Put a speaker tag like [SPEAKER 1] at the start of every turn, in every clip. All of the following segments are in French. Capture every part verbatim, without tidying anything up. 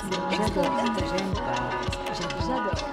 [SPEAKER 1] J'adore, j'aime pas. J'adore.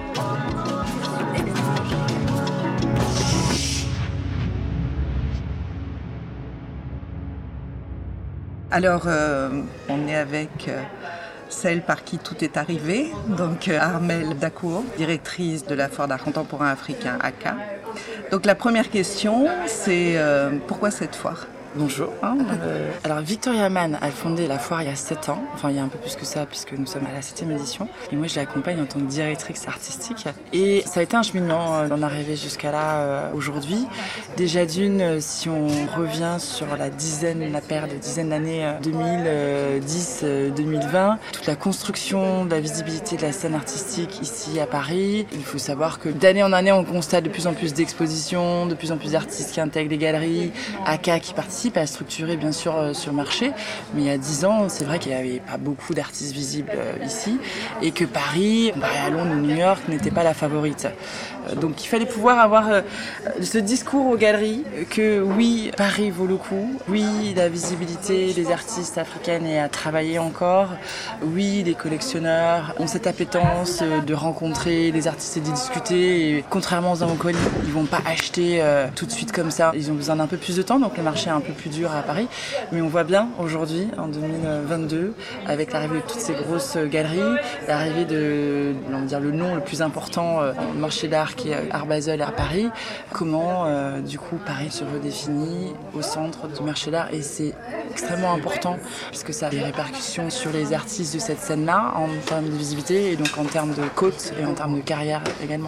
[SPEAKER 2] Alors, euh, on est avec euh, celle par qui tout est arrivé, donc euh, Armelle Dacour, directrice de la Foire d'art contemporain africain A C A. Donc la première question, c'est euh, pourquoi cette foire ?
[SPEAKER 3] Bonjour. Euh, alors Victoria Mann a fondé la foire il y a sept ans, enfin il y a un peu plus que ça puisque nous sommes à la septième édition. Et moi je l'accompagne en tant que directrice artistique. Et ça a été un cheminement d'en arriver jusqu'à là euh, aujourd'hui. Déjà d'une, si on revient sur la dizaine, la paire de dizaines d'années deux mille dix deux mille vingt, toute la construction de la visibilité de la scène artistique ici à Paris. Il faut savoir que d'année en année on constate de plus en plus d'expositions, de plus en plus d'artistes qui intègrent les galeries, A C A qui participent à structurer bien sûr euh, sur le marché, mais il y a dix ans, c'est vrai qu'il n'y avait pas beaucoup d'artistes visibles euh, ici, et que Paris, bah, à Londres ou New York, n'était pas la favorite. Euh, donc il fallait pouvoir avoir euh, ce discours aux galeries, que oui, Paris vaut le coup, oui, la visibilité des artistes africaines est à travailler encore, oui, les collectionneurs ont cette appétence euh, de rencontrer les artistes et de discuter, et contrairement aux Anglophones, ils ne vont pas acheter euh, tout de suite comme ça, ils ont besoin d'un peu plus de temps, donc le marché est un peu plus dur à Paris, mais on voit bien aujourd'hui, en deux mille vingt-deux, avec l'arrivée de toutes ces grosses galeries, l'arrivée de, on va dire, le nom le plus important euh, au marché d'art qui est Art Basel à Paris, comment euh, du coup Paris se redéfinit au centre du marché d'art, et c'est extrêmement important puisque ça a des répercussions sur les artistes de cette scène-là en termes de visibilité et donc en termes de cote et en termes de carrière également.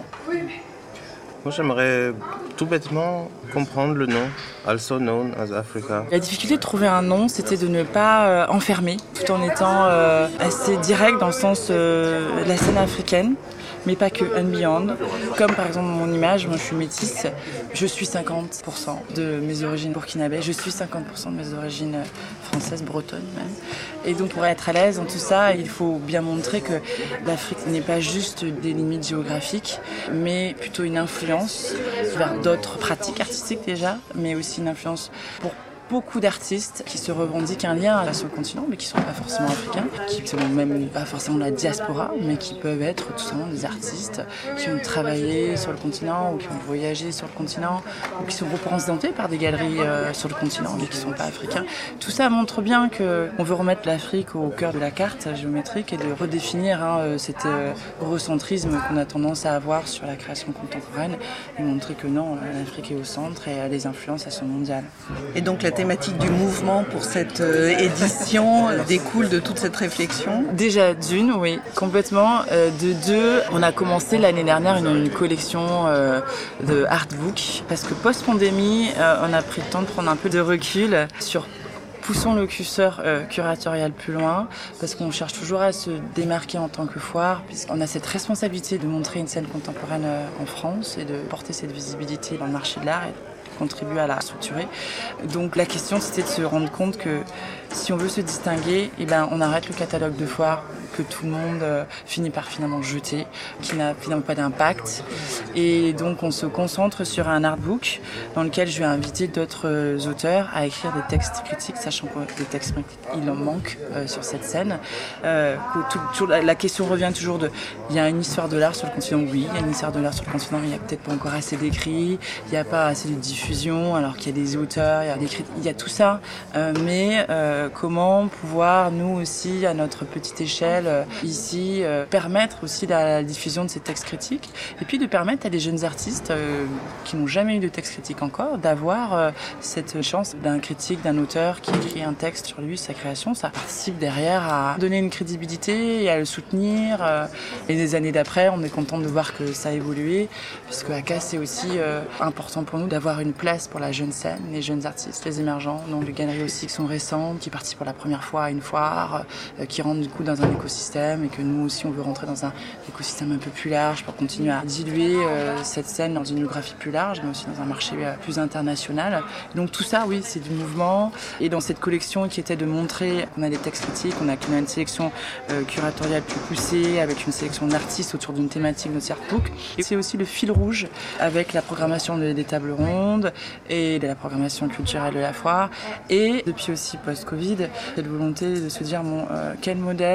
[SPEAKER 4] Moi, j'aimerais tout bêtement comprendre le nom, also known as Africa.
[SPEAKER 3] La difficulté de trouver un nom, c'était de ne pas euh, enfermer, tout en étant euh, assez direct dans le sens euh, de la scène africaine, mais pas que, and beyond. Comme par exemple mon image, moi je suis métisse, je suis cinquante pour cent de mes origines burkinabè, je suis cinquante pour cent de mes origines françaises, bretonnes même. Et donc pour être à l'aise dans tout ça, il faut bien montrer que l'Afrique n'est pas juste des limites géographiques, mais plutôt une influence vers d'autres pratiques artistiques déjà, mais aussi une influence pour beaucoup d'artistes qui se revendiquent un lien sur le continent, mais qui ne sont pas forcément africains, qui ne sont même pas forcément de la diaspora, mais qui peuvent être tout simplement des artistes qui ont travaillé sur le continent ou qui ont voyagé sur le continent ou qui sont représentés par des galeries euh, sur le continent, mais qui ne sont pas africains. Tout ça montre bien qu'on veut remettre l'Afrique au cœur de la carte géométrique et de redéfinir hein, cet euh, eurocentrisme qu'on a tendance à avoir sur la création contemporaine et montrer que non, l'Afrique est au centre et les influences elles sont mondiales.
[SPEAKER 2] Et donc la thématique du mouvement pour cette euh, édition euh, découle de toute cette réflexion ?
[SPEAKER 3] Déjà d'une, oui, complètement. Euh, de deux, on a commencé l'année dernière une, une collection euh, de artbook parce que post-pandémie, euh, on a pris le temps de prendre un peu de recul sur poussons le curseur euh, curatorial plus loin parce qu'on cherche toujours à se démarquer en tant que foire puisqu'on a cette responsabilité de montrer une scène contemporaine euh, en France et de porter cette visibilité dans le marché de l'art et contribuer à la structurer. Donc la question c'était de se rendre compte que si on veut se distinguer, eh ben, on arrête le catalogue de foire que tout le monde euh, finit par finalement jeter, qui n'a finalement pas d'impact. Et donc on se concentre sur un artbook dans lequel je vais inviter d'autres euh, auteurs à écrire des textes critiques, sachant que des textes critiques, il en manque euh, sur cette scène. Euh, tout, tout, la, la question revient toujours de, il y a une histoire de l'art sur le continent, oui, il y a une histoire de l'art sur le continent, mais il n'y a peut-être pas encore assez d'écrits, il n'y a pas assez de diffusion, alors qu'il y a des auteurs, il y a des critiques, il y a tout ça, euh, mais euh, comment pouvoir, nous aussi, à notre petite échelle, euh, ici, euh, permettre aussi la, la diffusion de ces textes critiques, et puis de permettre à des jeunes artistes euh, qui n'ont jamais eu de texte critique encore, d'avoir euh, cette chance d'un critique, d'un auteur qui écrit un texte sur lui, sa création. Ça participe derrière à donner une crédibilité et à le soutenir. Euh, et des années d'après, on est content de voir que ça a évolué, puisque A C A, c'est aussi euh, important pour nous d'avoir une place pour la jeune scène, les jeunes artistes, les émergents, donc les galeries aussi qui sont récentes, qui participent pour la première fois à une foire, euh, qui rentrent du coup dans un écosystème et que nous aussi on veut rentrer dans un écosystème un peu plus large pour continuer à diluer euh, cette scène dans une géographie plus large, mais aussi dans un marché euh, plus international. Donc tout ça, oui, c'est du mouvement. Et dans cette collection qui était de montrer qu'on a des textes critiques, on a, qu'on a une sélection euh, curatoriale plus poussée, avec une sélection d'artistes autour d'une thématique de notre artbook. Et c'est aussi le fil rouge avec la programmation des tables rondes et de la programmation culturelle de la foire. Et depuis aussi post-Covid, cette volonté de se dire bon, euh, quel modèle euh,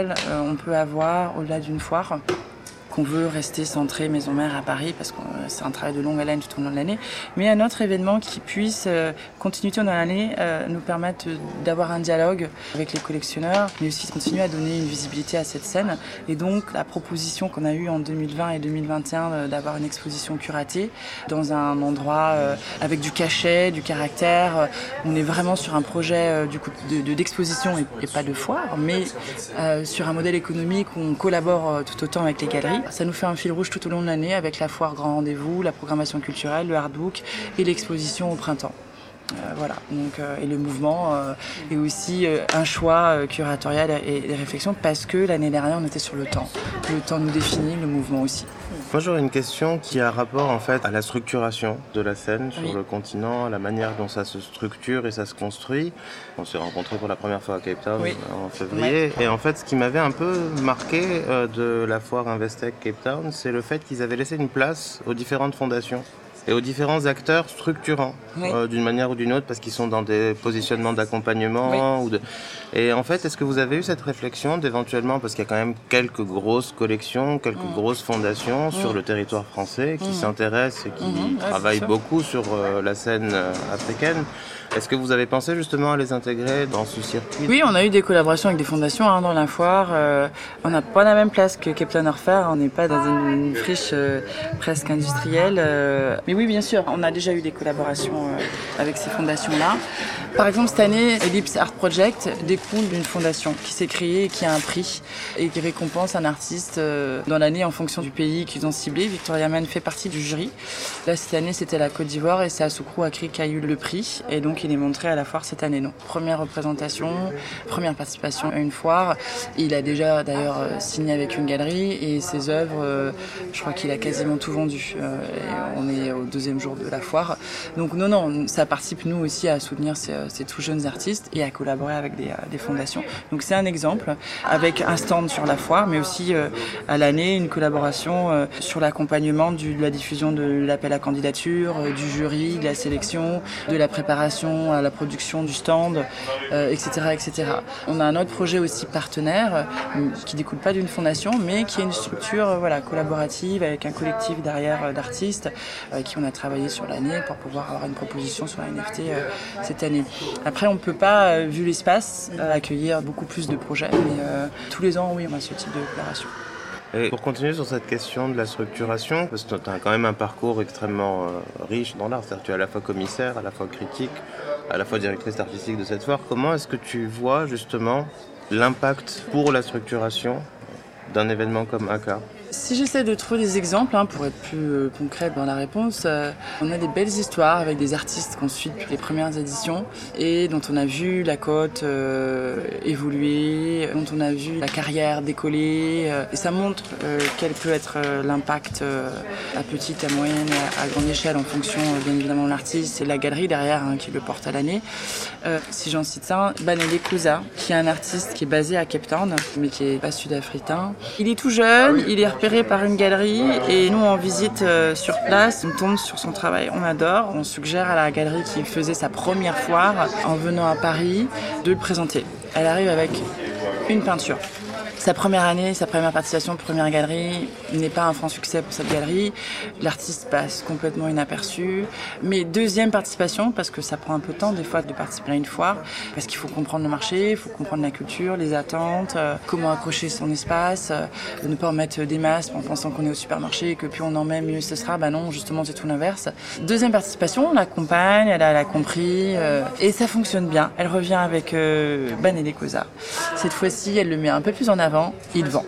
[SPEAKER 3] on peut avoir au-delà d'une foire, qu'on veut rester centré maison mère à Paris parce que c'est un travail de longue haleine tout au long de l'année, mais un autre événement qui puisse euh, continuer tout au long de l'année, euh, nous permettre d'avoir un dialogue avec les collectionneurs, mais aussi de continuer à donner une visibilité à cette scène. Et donc la proposition qu'on a eue en deux mille vingt et deux mille vingt et un euh, d'avoir une exposition curatée dans un endroit euh, avec du cachet, du caractère. Euh, on est vraiment sur un projet euh, du coup, de, de, d'exposition et, et pas de foire, mais euh, sur un modèle économique où on collabore euh, tout autant avec les galeries. Ça nous fait un fil rouge tout au long de l'année avec la foire Grand Rendez-vous, la programmation culturelle, le hardbook et l'exposition au printemps. Euh, voilà, donc, euh, et le mouvement euh, et aussi euh, un choix euh, curatorial et des réflexions parce que l'année dernière on était sur le temps. Le temps nous définit, le mouvement aussi.
[SPEAKER 4] Moi j'aurais une question qui a rapport en fait à la structuration de la scène sur
[SPEAKER 3] oui.
[SPEAKER 4] le continent, à la manière dont ça se structure et ça se construit. On s'est rencontrés pour la première fois à Cape Town oui. en février ouais. et en fait ce qui m'avait un peu marqué euh, de la foire Investec Cape Town, c'est le fait qu'ils avaient laissé une place aux différentes fondations et aux différents acteurs structurants oui. euh, d'une manière ou d'une autre parce qu'ils sont dans des positionnements d'accompagnement oui. ou de... et en fait est-ce que vous avez eu cette réflexion d'éventuellement, parce qu'il y a quand même quelques grosses collections, quelques mmh. grosses fondations mmh. sur le territoire français qui mmh. s'intéressent et qui mmh. travaillent ouais, beaucoup sur euh, la scène euh, africaine. Est-ce que vous avez pensé justement à les intégrer dans ce circuit ?
[SPEAKER 3] Oui, on a eu des collaborations avec des fondations hein, dans la foire. Euh, on n'a pas la même place que Cape Town Art Fair, on n'est pas dans une, une friche euh, presque industrielle. Euh, mais oui, bien sûr, on a déjà eu des collaborations euh, avec ces fondations-là. Par exemple, cette année, Ellipse Art Project découle d'une fondation qui s'est créée et qui a un prix et qui récompense un artiste euh, dans l'année en fonction du pays qu'ils ont ciblé. Victoria Mann fait partie du jury. Là, cette année, c'était la Côte d'Ivoire et c'est Assoukro Akri qui a eu le prix. Et donc, il est montré à la foire cette année. Donc, première représentation, première participation à une foire. Il a déjà d'ailleurs signé avec une galerie et ses œuvres, euh, je crois qu'il a quasiment tout vendu. Euh, et on est au deuxième jour de la foire. Donc non, non, ça participe nous aussi à soutenir ces, ces tout jeunes artistes et à collaborer avec des, des fondations. Donc c'est un exemple avec un stand sur la foire, mais aussi euh, à l'année une collaboration euh, sur l'accompagnement du, de la diffusion de l'appel à candidature, euh, du jury, de la sélection, de la préparation à la production du stand, euh, et cetera, et cetera. On a un autre projet aussi partenaire euh, qui découle pas d'une fondation, mais qui est une structure euh, voilà, collaborative avec un collectif derrière euh, d'artistes euh, avec qui on a travaillé sur l'année pour pouvoir avoir une proposition sur la N F T euh, cette année. Après, on peut pas, euh, vu l'espace, euh, accueillir beaucoup plus de projets, mais euh, tous les ans, oui, on a ce type de collaboration.
[SPEAKER 4] Et pour continuer sur cette question de la structuration, parce que tu as quand même un parcours extrêmement euh, riche dans l'art, c'est-à-dire tu es à la fois commissaire, à la fois critique, à la fois directrice artistique de cette foire, comment est-ce que tu vois justement l'impact pour la structuration d'un événement comme A K ?
[SPEAKER 3] Si j'essaie de trouver des exemples, hein, pour être plus euh, concrète dans la réponse, euh, on a des belles histoires avec des artistes qu'on suit depuis les premières éditions et dont on a vu la cote euh, évoluer, dont on a vu la carrière décoller. Euh, et ça montre euh, quel peut être euh, l'impact euh, à petite, à moyenne et à, à grande échelle en fonction euh, bien évidemment de l'artiste et de la galerie derrière hein, qui le porte à l'année. Euh, si j'en cite un, Banele Koza, qui est un artiste qui est basé à Cape Town, mais qui est pas sud-africain. Il est tout jeune, il est repéré par une galerie et nous en visite euh, sur place, on tombe sur son travail, on adore, on suggère à la galerie qui faisait sa première foire en venant à Paris de le présenter. Elle arrive avec une peinture. Sa première année, sa première participation, première galerie, n'est pas un franc succès pour cette galerie. L'artiste passe complètement inaperçu. Mais deuxième participation, parce que ça prend un peu de temps des fois de participer à une foire, parce qu'il faut comprendre le marché, il faut comprendre la culture, les attentes, euh, comment accrocher son espace, euh, de ne pas en mettre des masses en pensant qu'on est au supermarché et que plus on en met, mieux ce sera. Bah non, justement, c'est tout l'inverse. Deuxième participation, on l'accompagne, elle a, elle a compris, euh, et ça fonctionne bien. Elle revient avec euh, Banele Koza. Cette fois-ci, elle le met un peu plus en avant. Il vend.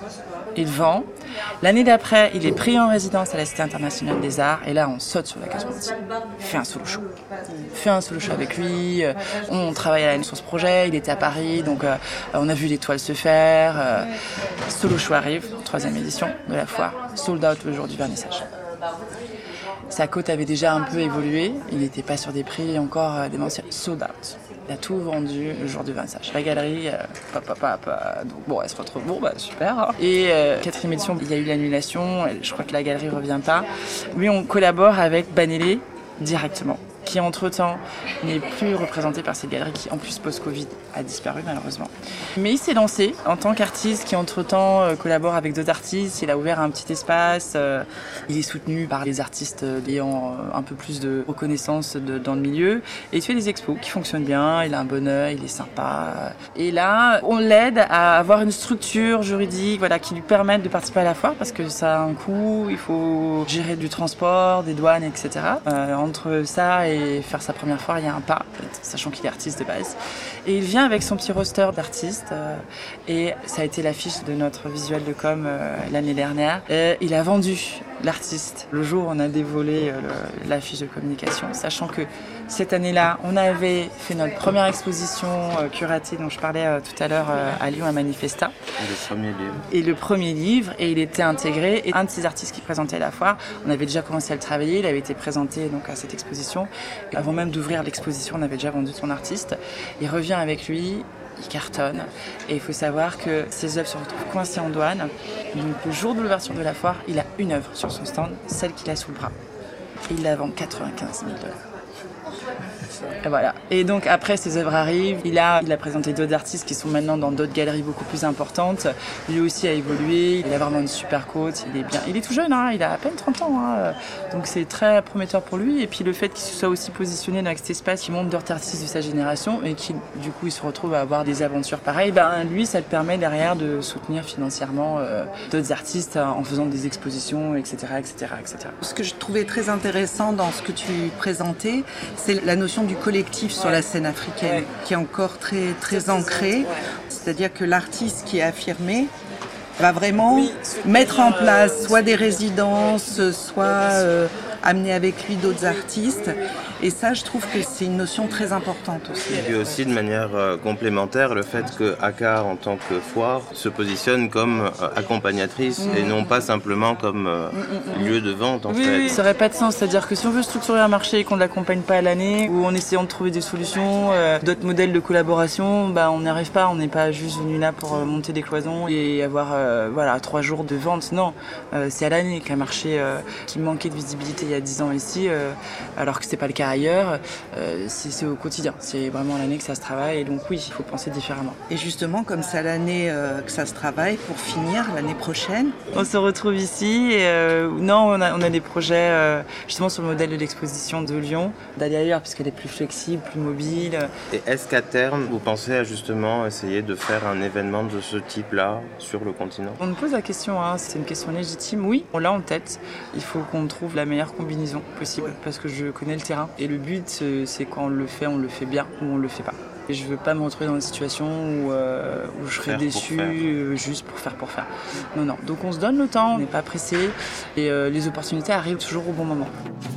[SPEAKER 3] Il vend. L'année d'après, il est pris en résidence à la Cité internationale des arts. Et là, on saute sur la case Monty. Fait un solo show. Fait un solo show avec lui. On travaille à l'année sur ce projet. Il était à Paris. Donc, euh, on a vu l'étoile se faire. Euh, solo show arrive. Troisième édition de la foire. Sold out le jour du vernissage. Sa cote avait déjà un peu évolué. Il n'était pas sur des prix encore euh, démentiels. Sold out. Il a tout vendu le jour du vernissage. La galerie, euh, pop, pop, pop, euh, donc bon, elle se retrouve, bon, bah super. Hein. Et euh, quatrième édition, il y a eu l'annulation. Je crois que la galerie ne revient pas. Lui, on collabore avec Banele directement, qui entre-temps n'est plus représenté par cette galerie qui, en plus, post-Covid, a disparu malheureusement. Mais il s'est lancé en tant qu'artiste qui entre-temps euh, collabore avec d'autres artistes. Il a ouvert un petit espace. Euh, il est soutenu par les artistes ayant un peu plus de reconnaissance de, dans le milieu. Et il fait des expos qui fonctionnent bien. Il a un bon œil, il est sympa. Et là, on l'aide à avoir une structure juridique, voilà, qui lui permette de participer à la foire parce que ça a un coût. Il faut gérer du transport, des douanes, et cetera. Euh, entre ça et faire sa première foire, il y a un pas, sachant qu'il est artiste de base. Et il vient avec son petit roster d'artistes. Euh, et ça a été l'affiche de notre visuel de com euh, l'année dernière. Et il a vendu l'artiste le jour où on a dévoilé euh, le, l'affiche de communication, sachant que cette année-là, on avait fait notre première exposition euh, curatée dont je parlais euh, tout à l'heure euh, à Lyon à Manifesta.
[SPEAKER 4] Et le premier livre.
[SPEAKER 3] Et le premier livre, et il était intégré. Et un de ces artistes qui présentait la foire, on avait déjà commencé à le travailler, il avait été présenté donc à cette exposition. Et avant même d'ouvrir l'exposition, on avait déjà vendu son artiste. Il revient avec lui. Il cartonne et il faut savoir que ses œuvres se retrouvent coincées en douane. Donc le jour de l'ouverture de la foire, il a une œuvre sur son stand, celle qu'il a sous le bras. Et il la vend quatre-vingt-quinze mille dollars. Et voilà. Et donc après ces œuvres arrivent, il a, il a présenté d'autres artistes qui sont maintenant dans d'autres galeries beaucoup plus importantes. Lui aussi a évolué, il a vraiment une super côte, il est bien. Il est tout jeune, hein, il a à peine trente ans, hein, donc c'est très prometteur pour lui. Et puis le fait qu'il se soit aussi positionné dans cet espace qui montre d'autres artistes de sa génération et qui du coup il se retrouve à avoir des aventures pareilles, ben lui ça le permet derrière de soutenir financièrement euh, d'autres artistes en faisant des expositions, et cetera, et cetera, et cetera.
[SPEAKER 2] Ce que je trouvais très intéressant dans ce que tu présentais, c'est la notion du collectif sur la scène africaine, ouais. qui est encore très, très ancrée. Ouais. C'est-à-dire que l'artiste qui est affirmé va vraiment oui, mettre en place soit des résidences, soit euh, amener avec lui d'autres artistes. Et ça, je trouve que c'est une notion très importante aussi.
[SPEAKER 4] Et aussi, de manière euh, complémentaire, le fait que A K A, en tant que foire, se positionne comme euh, accompagnatrice mmh. et non pas simplement comme euh, mmh. lieu de vente, en
[SPEAKER 3] oui,
[SPEAKER 4] fait.
[SPEAKER 3] Oui, ça n'aurait pas de sens. C'est-à-dire que si on veut structurer un marché et qu'on ne l'accompagne pas à l'année, ou en essayant de trouver des solutions, euh, d'autres modèles de collaboration, bah, on n'y arrive pas. On n'est pas juste venu là pour euh, monter des cloisons et avoir euh, voilà, trois jours de vente. Non, euh, c'est à l'année qu'un marché euh, qui manquait de visibilité il y a dix ans ici, euh, alors que ce n'est pas le cas ailleurs, euh, c'est, c'est au quotidien. C'est vraiment l'année que ça se travaille et donc oui, il faut penser différemment.
[SPEAKER 2] Et justement, comme c'est à l'année euh, que ça se travaille, pour finir, l'année prochaine
[SPEAKER 3] on se retrouve ici et euh, non, on a, on a des projets euh, justement sur le modèle de l'exposition de Lyon, d'aller ailleurs puisqu'elle est plus flexible, plus mobile.
[SPEAKER 4] Et est-ce qu'à terme, vous pensez à justement essayer de faire un événement de ce type-là sur le continent ?
[SPEAKER 3] On nous pose la question, hein, c'est une question légitime. Oui, on l'a en tête. Il faut qu'on trouve la meilleure combinaison possible parce que je connais le terrain. Et le but, c'est quand on le fait, on le fait bien ou on le fait pas. Et je veux pas me retrouver dans une situation où, euh, où je serais déçue euh, juste pour faire pour faire. Non, non. Donc on se donne le temps, on n'est pas pressé et euh, les opportunités arrivent toujours au bon moment.